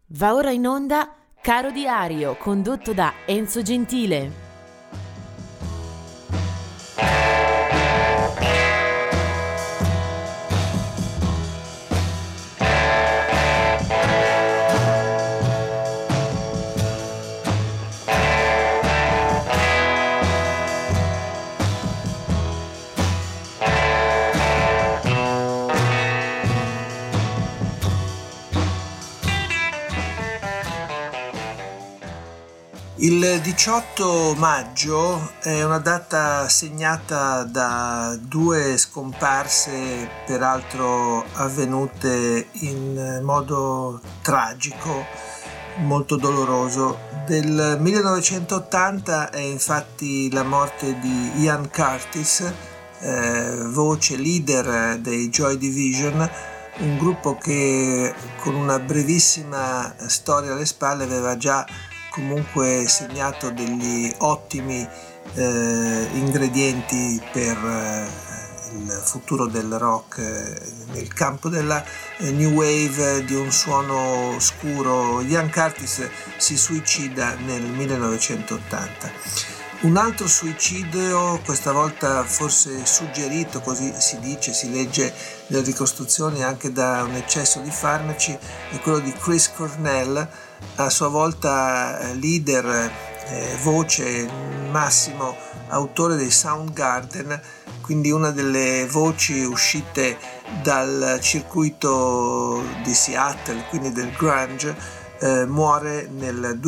Va ora in onda Caro Diario, condotto da Enzo Gentile. Il 18 maggio è una data segnata da due scomparse, peraltro avvenute in modo tragico, molto doloroso. Del 1980 è infatti la morte di Ian Curtis, voce leader dei Joy Division, un gruppo che con una brevissima storia alle spalle aveva già comunque segnato degli ottimi ingredienti per il futuro del rock nel campo della new wave, di un suono scuro. Ian Curtis si suicida nel 1980. Un altro suicidio, questa volta forse suggerito, così si dice, si legge nelle ricostruzioni, anche da un eccesso di farmaci, è quello di Chris Cornell, a sua volta leader, voce, massimo autore dei Soundgarden, quindi una delle voci uscite dal circuito di Seattle, quindi del grunge. Muore nel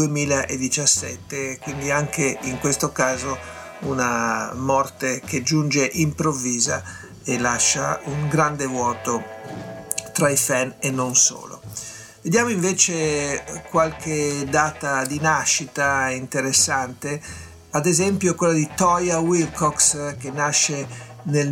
2017, quindi anche in questo caso una morte che giunge improvvisa e lascia un grande vuoto tra i fan e non solo. Vediamo invece qualche data di nascita interessante, ad esempio quella di Toyah Willcox, che nasce nel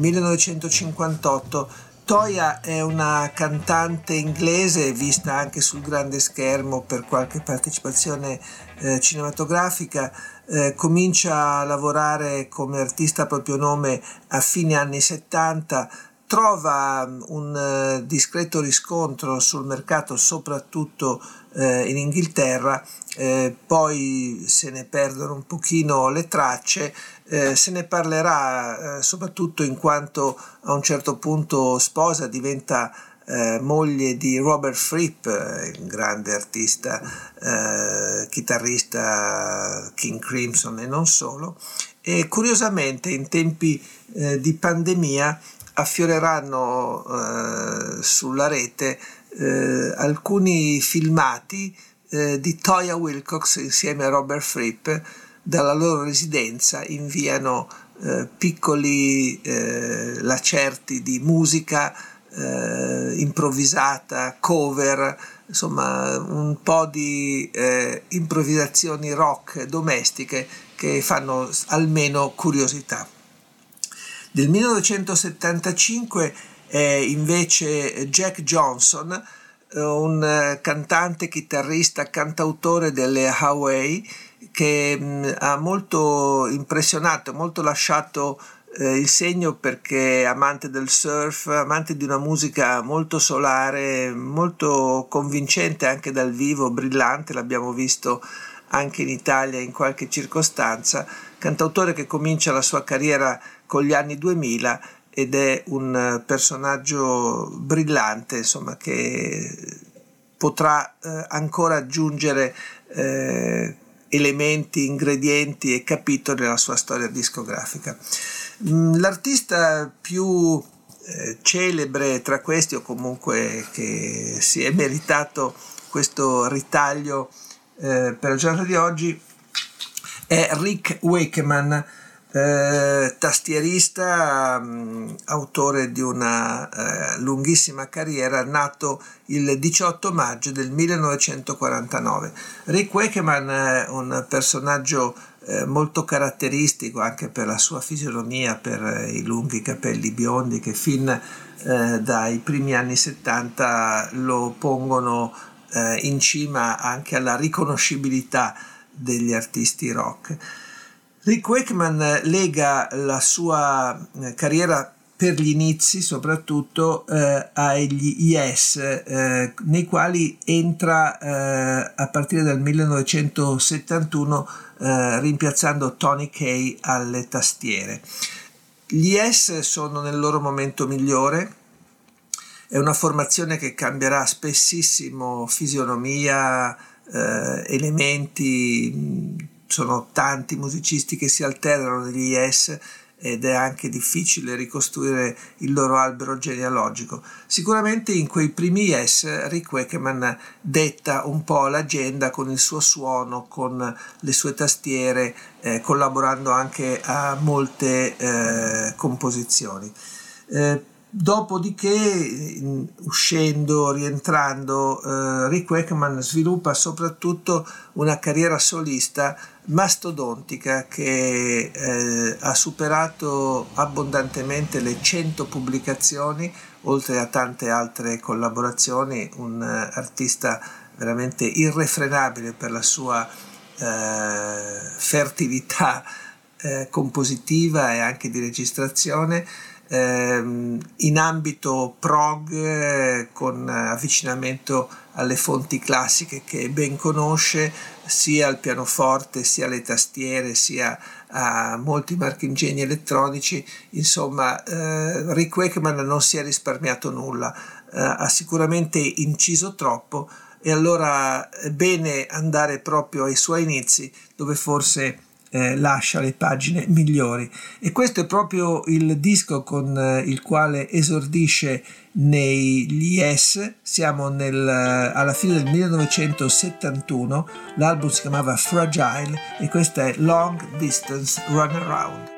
1958. Toyah è una cantante inglese vista anche sul grande schermo per qualche partecipazione cinematografica. Comincia a lavorare come artista a proprio nome a fine anni 70, trova un discreto riscontro sul mercato soprattutto in Inghilterra, poi se ne perdono un pochino le tracce. Se ne parlerà soprattutto in quanto a un certo punto sposa, diventa moglie di Robert Fripp, il grande artista, chitarrista King Crimson e non solo. E curiosamente in tempi di pandemia affioreranno sulla rete alcuni filmati di Toyah Willcox insieme a Robert Fripp. Dalla loro residenza inviano piccoli lacerti di musica improvvisata, cover, insomma un po' di improvvisazioni rock domestiche che fanno almeno curiosità. Del 1975 è invece Jack Johnson, un cantante, chitarrista, cantautore delle Hawaii, che ha molto impressionato, molto lasciato il segno, perché amante del surf, amante di una musica molto solare, molto convincente anche dal vivo, brillante, l'abbiamo visto anche in Italia in qualche circostanza, cantautore che comincia la sua carriera con gli anni 2000 ed è un personaggio brillante, insomma, che potrà ancora aggiungere elementi, ingredienti e capitoli alla sua storia discografica. L'artista più celebre tra questi, o comunque che si è meritato questo ritaglio per la giornata di oggi, è Rick Wakeman, tastierista, autore di una lunghissima carriera, nato il 18 maggio del 1949. Rick Wakeman è un personaggio molto caratteristico anche per la sua fisionomia, per i lunghi capelli biondi che fin dai primi anni 70 lo pongono in cima anche alla riconoscibilità degli artisti rock. Rick Wakeman lega la sua carriera per gli inizi soprattutto agli Yes, nei quali entra a partire dal 1971 rimpiazzando Tony Kaye alle tastiere. Gli Yes sono nel loro momento migliore, è una formazione che cambierà spessissimo fisionomia, elementi, sono tanti musicisti che si alternano negli Yes ed è anche difficile ricostruire il loro albero genealogico. Sicuramente in quei primi Yes Rick Wakeman detta un po' l'agenda con il suo suono, con le sue tastiere, collaborando anche a molte composizioni. Dopodiché, uscendo, rientrando, Rick Wakeman sviluppa soprattutto una carriera solista mastodontica che ha superato abbondantemente le 100 pubblicazioni, oltre a tante altre collaborazioni, un artista veramente irrefrenabile per la sua fertilità compositiva e anche di registrazione. In ambito prog, con avvicinamento alle fonti classiche che ben conosce, sia al pianoforte sia alle tastiere sia a molti marchingegni elettronici. Insomma, Rick Wakeman non si è risparmiato nulla, ha sicuramente inciso troppo, e allora è bene andare proprio ai suoi inizi, dove forse lascia le pagine migliori, e questo è proprio il disco con il quale esordisce negli Yes. Siamo alla fine del 1971, l'album si chiamava Fragile e questa è Long Distance Runaround.